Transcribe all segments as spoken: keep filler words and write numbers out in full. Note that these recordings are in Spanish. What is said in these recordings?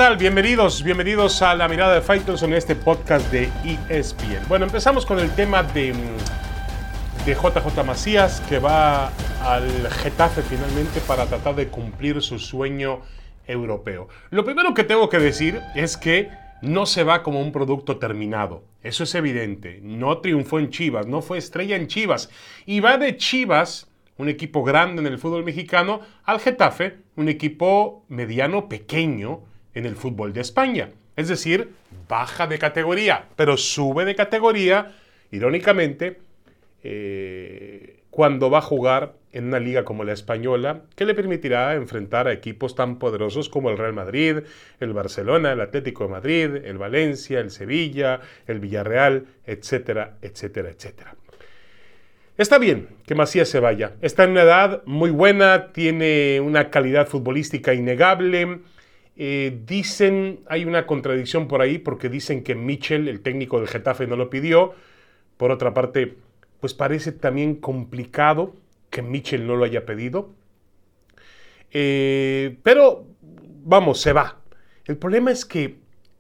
tal? Bienvenidos, bienvenidos a La Mirada de Faitelson en este podcast de E S P N. Bueno, empezamos con el tema de, de J J Macías, que va al Getafe finalmente para tratar de cumplir su sueño europeo. Lo primero que tengo que decir es que no se va como un producto terminado. Eso es evidente. No triunfó en Chivas, no fue estrella en Chivas. Y va de Chivas, un equipo grande en el fútbol mexicano, al Getafe, un equipo mediano pequeño en el fútbol de España. Es decir, baja de categoría, pero sube de categoría, irónicamente, eh, cuando va a jugar en una liga como la española, que le permitirá enfrentar a equipos tan poderosos como el Real Madrid, el Barcelona, el Atlético de Madrid, el Valencia, el Sevilla, el Villarreal, etcétera, etcétera, etcétera. Está bien que Macías se vaya. Está en una edad muy buena, tiene una calidad futbolística innegable. Eh, dicen, hay una contradicción por ahí porque dicen que Michel, el técnico del Getafe, no lo pidió. Por otra parte, pues parece también complicado que Michel no lo haya pedido. Eh, pero, vamos, se va. El problema es que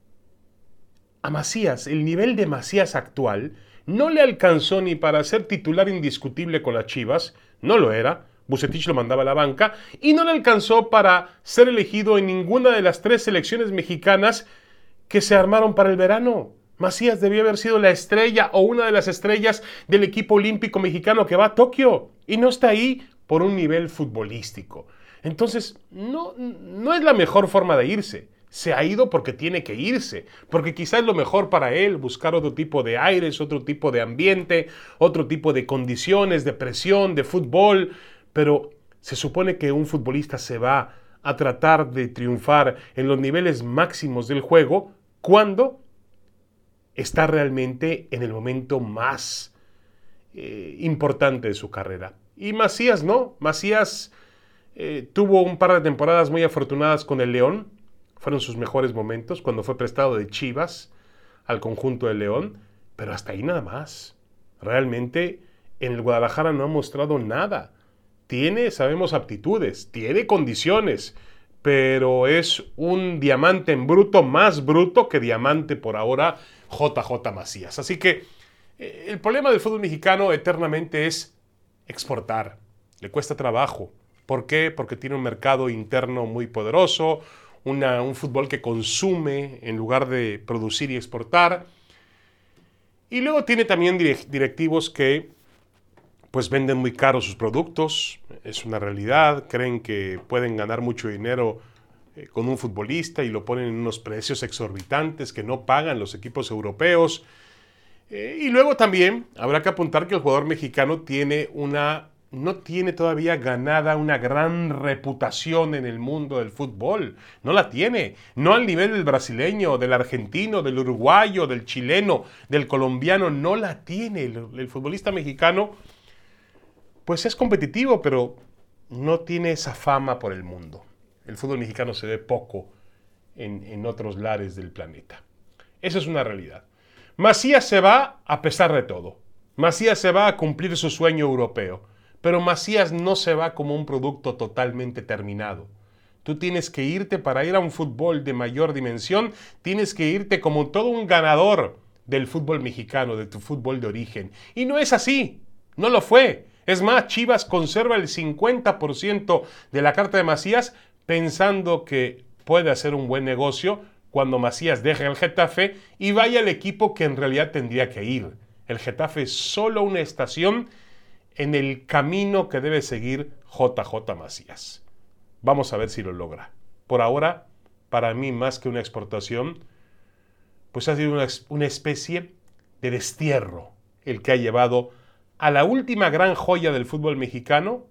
a Macías, el nivel de Macías actual, no le alcanzó ni para ser titular indiscutible con las Chivas, no lo era, Vucetich lo mandaba a la banca, y no le alcanzó para ser elegido en ninguna de las tres selecciones mexicanas que se armaron para el verano. Macías debió haber sido la estrella o una de las estrellas del equipo olímpico mexicano que va a Tokio, y no está ahí por un nivel futbolístico. Entonces, no, no es la mejor forma de irse. Se ha ido porque tiene que irse, porque quizás es lo mejor para él, buscar otro tipo de aires, otro tipo de ambiente, otro tipo de condiciones, de presión, de fútbol, pero se supone que un futbolista se va a tratar de triunfar en los niveles máximos del juego cuando está realmente en el momento más eh, importante de su carrera. Y Macías no, Macías eh, tuvo un par de temporadas muy afortunadas con el León. Fueron sus mejores momentos cuando fue prestado de Chivas al conjunto de León, pero hasta ahí nada más. Realmente en el Guadalajara no ha mostrado nada. Tiene, sabemos, aptitudes, tiene condiciones, pero es un diamante en bruto, más bruto que diamante por ahora, J J Macías. Así que eh, el problema del fútbol mexicano eternamente es exportar. Le cuesta trabajo. ¿Por qué? Porque tiene un mercado interno muy poderoso, Una, un fútbol que consume en lugar de producir y exportar. Y luego tiene también directivos que pues venden muy caros sus productos, es una realidad, creen que pueden ganar mucho dinero eh, con un futbolista y lo ponen en unos precios exorbitantes que no pagan los equipos europeos. Eh, y luego también habrá que apuntar que el jugador mexicano tiene una no tiene todavía ganada una gran reputación en el mundo del fútbol. No la tiene. No al nivel del brasileño, del argentino, del uruguayo, del chileno, del colombiano. No la tiene. El, el futbolista mexicano, pues es competitivo, pero no tiene esa fama por el mundo. El fútbol mexicano se ve poco en, en otros lares del planeta. Esa es una realidad. Macías se va a pesar de todo. Macías se va a cumplir su sueño europeo. Pero Macías no se va como un producto totalmente terminado. Tú tienes que irte para ir a un fútbol de mayor dimensión, tienes que irte como todo un ganador del fútbol mexicano, de tu fútbol de origen. Y no es así, no lo fue. Es más, Chivas conserva el cincuenta por ciento de la carta de Macías pensando que puede hacer un buen negocio cuando Macías deje el Getafe y vaya al equipo que en realidad tendría que ir. El Getafe es solo una estación en el camino que debe seguir J J Macías. Vamos a ver si lo logra. Por ahora, para mí, más que una exportación, pues ha sido una, una especie de destierro el que ha llevado a la última gran joya del fútbol mexicano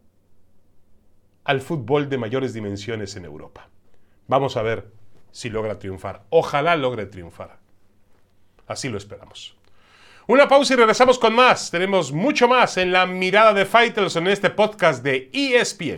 al fútbol de mayores dimensiones en Europa. Vamos a ver si logra triunfar. Ojalá logre triunfar. Así lo esperamos. Una pausa y regresamos con más. Tenemos mucho más en La Mirada de Faitelson en este podcast de E S P N.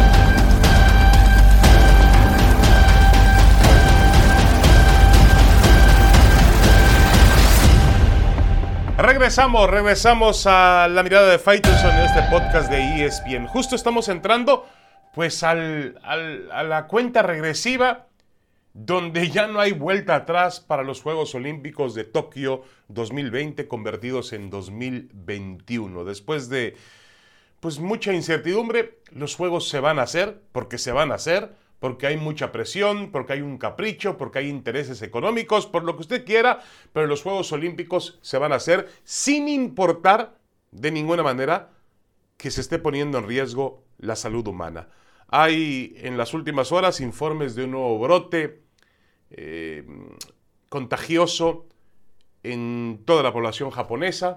Regresamos, regresamos a La Mirada de Faitelson en este podcast de E S P N. Justo estamos entrando pues al, al, a la cuenta regresiva donde ya no hay vuelta atrás para los Juegos Olímpicos de Tokio dos mil veinte convertidos en dos mil veintiuno. Después de pues mucha incertidumbre, los Juegos se van a hacer porque se van a hacer, porque hay mucha presión, porque hay un capricho, porque hay intereses económicos, por lo que usted quiera, pero los Juegos Olímpicos se van a hacer sin importar de ninguna manera que se esté poniendo en riesgo la salud humana. Hay en las últimas horas informes de un nuevo brote eh, contagioso en toda la población japonesa.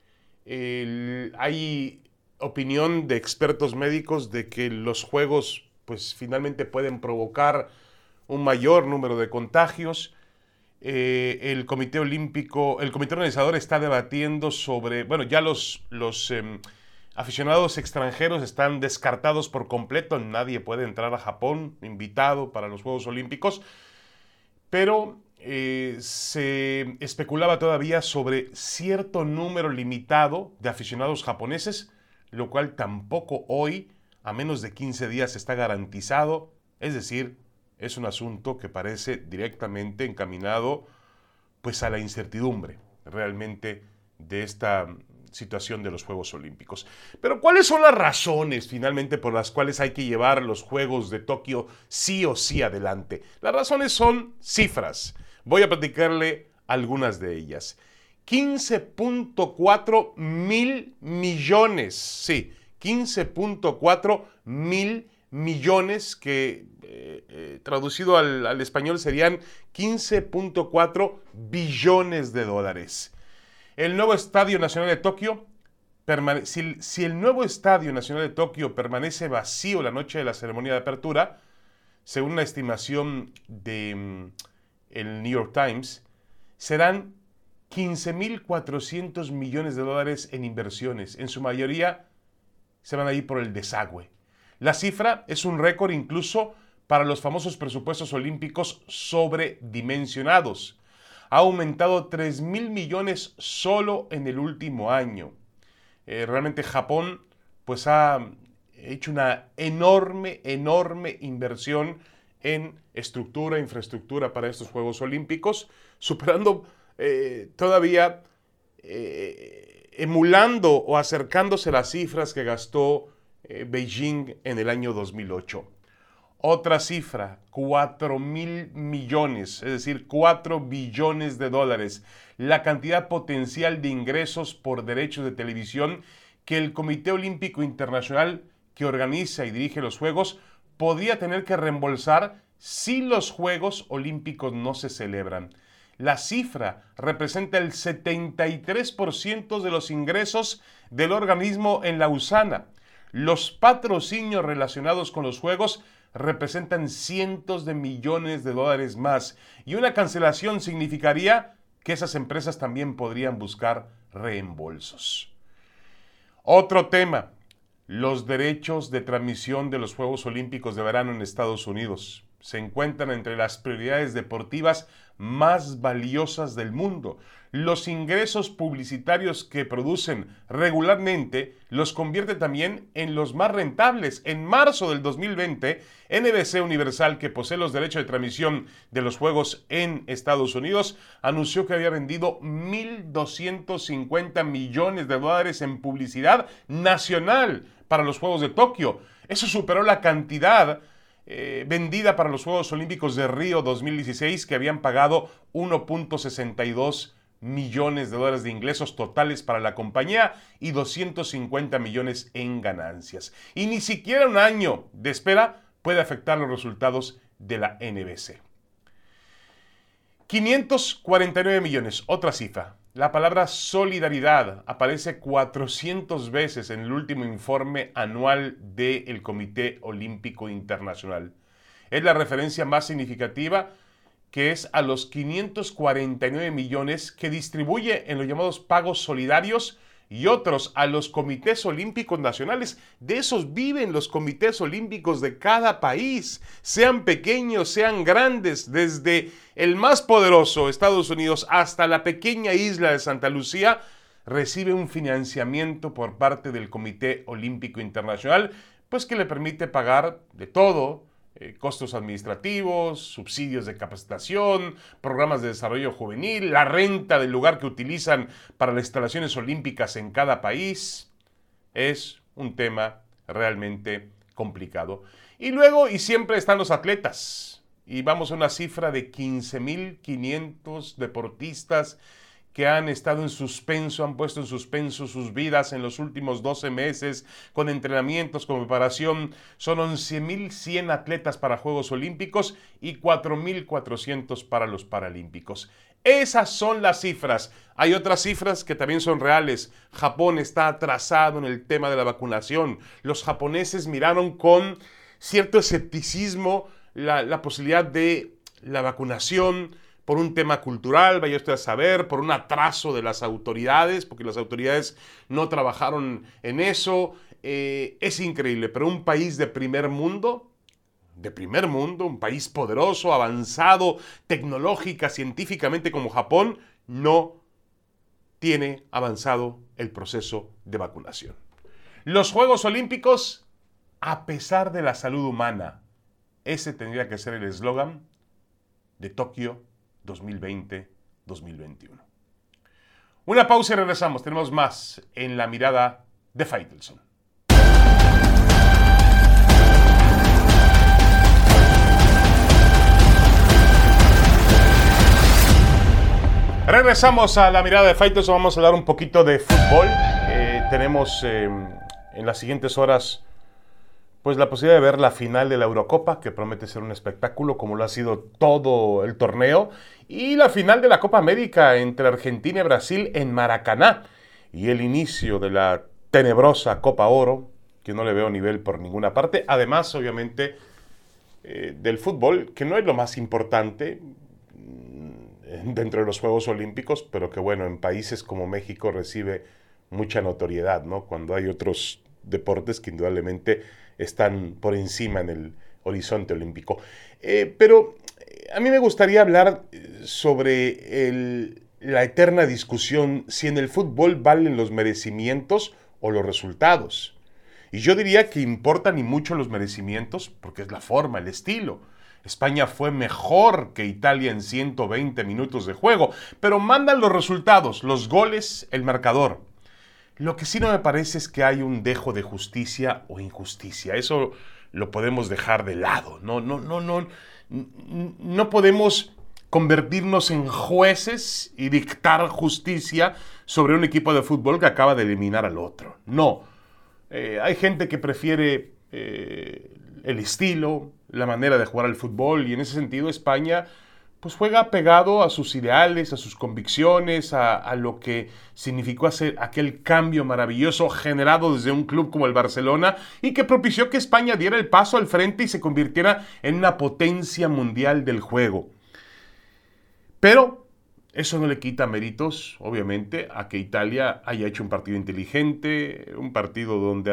El, hay opinión de expertos médicos de que los juegos pues finalmente pueden provocar un mayor número de contagios. Eh, el Comité Olímpico, el Comité Organizador está debatiendo sobre, bueno, ya los, los eh, aficionados extranjeros están descartados por completo, nadie puede entrar a Japón invitado para los Juegos Olímpicos, pero eh, se especulaba todavía sobre cierto número limitado de aficionados japoneses, lo cual tampoco hoy, a menos de quince días, está garantizado, es decir, es un asunto que parece directamente encaminado pues a la incertidumbre realmente de esta situación de los Juegos Olímpicos. Pero ¿cuáles son las razones finalmente por las cuales hay que llevar los Juegos de Tokio sí o sí adelante? Las razones son cifras. Voy a platicarle algunas de ellas. quince punto cuatro mil millones, sí, quince punto cuatro mil millones que eh, eh, traducido al, al español serían quince punto cuatro billones de dólares. El nuevo Estadio Nacional de Tokio, si, si el nuevo Estadio Nacional de Tokio permanece vacío la noche de la ceremonia de apertura, según una estimación de um, el New York Times, serán quince mil cuatrocientos millones de dólares en inversiones. En su mayoría se van a ir por el desagüe. La cifra es un récord incluso para los famosos presupuestos olímpicos sobredimensionados. Ha aumentado tres mil millones solo en el último año. Eh, realmente Japón pues ha hecho una enorme, enorme inversión en estructura, infraestructura para estos Juegos Olímpicos, superando eh, todavía, eh, emulando o acercándose a las cifras que gastó eh, Beijing en el año dos mil ocho. Otra cifra, cuatro mil millones, es decir, cuatro billones de dólares, la cantidad potencial de ingresos por derechos de televisión que el Comité Olímpico Internacional, que organiza y dirige los Juegos, podría tener que reembolsar si los Juegos Olímpicos no se celebran. La cifra representa el setenta y tres por ciento de los ingresos del organismo en Lausana. Los patrocinios relacionados con los Juegos representan cientos de millones de dólares más y una cancelación significaría que esas empresas también podrían buscar reembolsos. Otro tema, los derechos de transmisión de los Juegos Olímpicos de verano en Estados Unidos se encuentran entre las prioridades deportivas más valiosas del mundo. Los ingresos publicitarios que producen regularmente los convierte también en los más rentables. En marzo del dos mil veinte, N B C Universal, que posee los derechos de transmisión de los Juegos en Estados Unidos, anunció que había vendido mil doscientos cincuenta millones de dólares en publicidad nacional para los Juegos de Tokio. Eso superó la cantidad Eh, vendida para los Juegos Olímpicos de Río dos mil dieciséis, que habían pagado uno punto sesenta y dos millones de dólares de ingresos totales para la compañía y doscientos cincuenta millones en ganancias. Y ni siquiera un año de espera puede afectar los resultados de la N B C. quinientos cuarenta y nueve millones, otra cifra. La palabra solidaridad aparece cuatrocientas veces en el último informe anual del Comité Olímpico Internacional. Es la referencia más significativa, que es a los quinientos cuarenta y nueve millones que distribuye en los llamados pagos solidarios y otros a los comités olímpicos nacionales. De esos viven los comités olímpicos de cada país, sean pequeños, sean grandes, desde el más poderoso, Estados Unidos, hasta la pequeña isla de Santa Lucía, recibe un financiamiento por parte del Comité Olímpico Internacional, pues que le permite pagar de todo, eh, costos administrativos, subsidios de capacitación, programas de desarrollo juvenil, la renta del lugar que utilizan para las instalaciones olímpicas en cada país. Es un tema realmente complicado. Y luego, y siempre están los atletas. Y vamos a una cifra de quince mil quinientos deportistas que han estado en suspenso, han puesto en suspenso sus vidas en los últimos doce meses, con entrenamientos, con preparación. Son once mil cien atletas para Juegos Olímpicos y cuatro mil cuatrocientos para los Paralímpicos. Esas son las cifras. Hay otras cifras que también son reales. Japón está atrasado en el tema de la vacunación. Los japoneses miraron con cierto escepticismo la, la posibilidad de la vacunación, por un tema cultural, vaya usted a saber, por un atraso de las autoridades, porque las autoridades no trabajaron en eso. Eh, es increíble, pero un país de primer mundo, de primer mundo, un país poderoso, avanzado, tecnológica, científicamente como Japón, no tiene avanzado el proceso de vacunación. Los Juegos Olímpicos, a pesar de la salud humana, ese tendría que ser el eslogan de Tokio dos mil veinte dos mil veintiuno. Una pausa y regresamos. Tenemos más en la mirada de Faitelson. Regresamos a la mirada de Faitelson. Vamos a hablar un poquito de fútbol. Eh, tenemos eh, en las siguientes horas pues la posibilidad de ver la final de la Eurocopa, que promete ser un espectáculo como lo ha sido todo el torneo, y la final de la Copa América entre Argentina y Brasil en Maracaná, y el inicio de la tenebrosa Copa Oro, que no le veo nivel por ninguna parte, además obviamente eh, del fútbol, que no es lo más importante dentro de los Juegos Olímpicos, pero que bueno, en países como México recibe mucha notoriedad, ¿no? Cuando hay otros deportes que indudablemente están por encima en el horizonte olímpico. Eh, pero a mí me gustaría hablar sobre el, la eterna discusión si en el fútbol valen los merecimientos o los resultados. Y yo diría que importan y mucho los merecimientos porque es la forma, el estilo. España fue mejor que Italia en ciento veinte minutos de juego, pero mandan los resultados, los goles, el marcador. Lo que sí no me parece es que hay un dejo de justicia o injusticia. Eso lo podemos dejar de lado. No, no, no, no, no podemos convertirnos en jueces y dictar justicia sobre un equipo de fútbol que acaba de eliminar al otro. No. Eh, hay gente que prefiere eh, el estilo, la manera de jugar al fútbol, y en ese sentido España pues juega pegado a sus ideales, a sus convicciones, a, a lo que significó hacer aquel cambio maravilloso generado desde un club como el Barcelona y que propició que España diera el paso al frente y se convirtiera en una potencia mundial del juego. Pero eso no le quita méritos, obviamente, a que Italia haya hecho un partido inteligente, un partido donde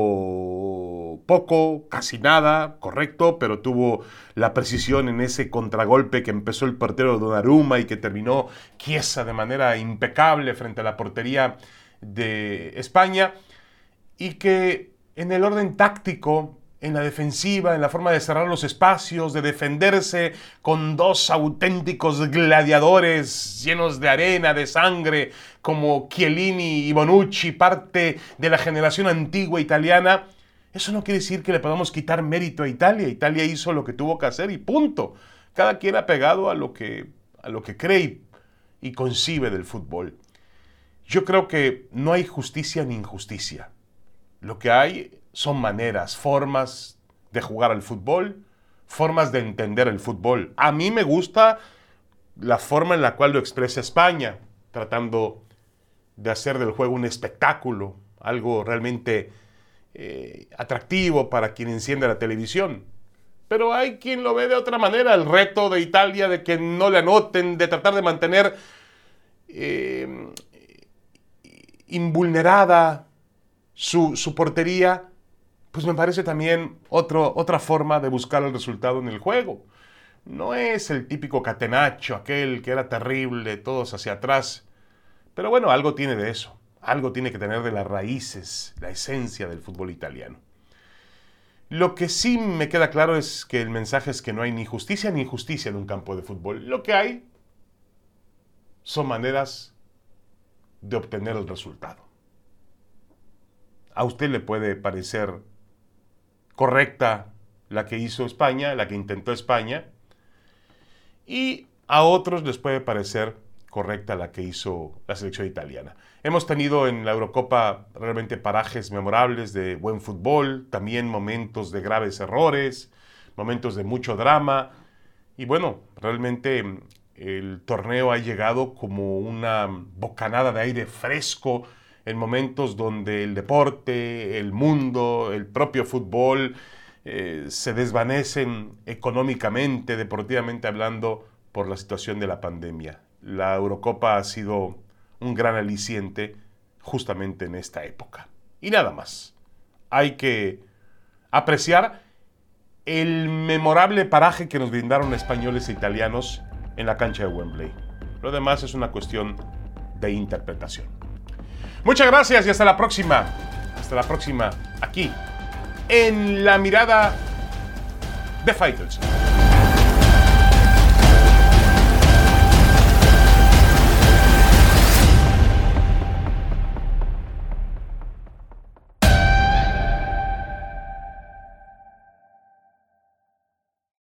atacó poco, casi nada, correcto, pero tuvo la precisión en ese contragolpe que empezó el portero Donnarumma y que terminó Chiesa de manera impecable frente a la portería de España, y que en el orden táctico, en la defensiva, en la forma de cerrar los espacios, de defenderse con dos auténticos gladiadores llenos de arena, de sangre, como Chiellini y Bonucci, parte de la generación antigua italiana. Eso no quiere decir que le podamos quitar mérito a Italia. Italia hizo lo que tuvo que hacer y punto. Cada quien ha pegado a lo que, a lo que cree y concibe del fútbol. Yo creo que no hay justicia ni injusticia. Lo que hay son maneras, formas de jugar al fútbol, formas de entender el fútbol. A mí me gusta la forma en la cual lo expresa España, tratando de hacer del juego un espectáculo, algo realmente eh, atractivo para quien enciende la televisión. Pero hay quien lo ve de otra manera, el reto de Italia de que no le anoten, de tratar de mantener eh, invulnerada su, su portería, pues me parece también otro, otra forma de buscar el resultado en el juego. No es el típico catenaccio, aquel que era terrible, todos hacia atrás. Pero bueno, algo tiene de eso. Algo tiene que tener de las raíces, la esencia del fútbol italiano. Lo que sí me queda claro es que el mensaje es que no hay ni justicia ni injusticia en un campo de fútbol. Lo que hay son maneras de obtener el resultado. A usted le puede parecer correcta la que hizo España, la que intentó España, y a otros les puede parecer correcta la que hizo la selección italiana. Hemos tenido en la Eurocopa realmente parajes memorables de buen fútbol, también momentos de graves errores, momentos de mucho drama, y bueno, realmente el torneo ha llegado como una bocanada de aire fresco en momentos donde el deporte, el mundo, el propio fútbol eh, se desvanecen económicamente, deportivamente hablando, por la situación de la pandemia. La Eurocopa ha sido un gran aliciente justamente en esta época. Y nada más. Hay que apreciar el memorable paraje que nos brindaron españoles e italianos en la cancha de Wembley. Lo demás es una cuestión de interpretación. Muchas gracias y hasta la próxima. Hasta la próxima aquí en La Mirada de Faitelson.